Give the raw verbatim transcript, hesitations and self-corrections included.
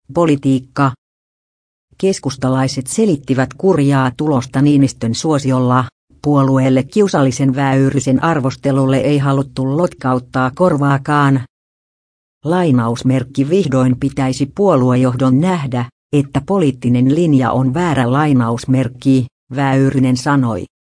Politiikka. Keskustalaiset selittivät kurjaa tulosta Niinistön suosiolla. Puolueelle kiusallisen Väyrysen arvostelulle ei haluttu lotkauttaa korvaakaan. Lainausmerkki vihdoin pitäisi puoluejohdon nähdä, että poliittinen linja on väärä lainausmerkki, Väyrynen sanoi.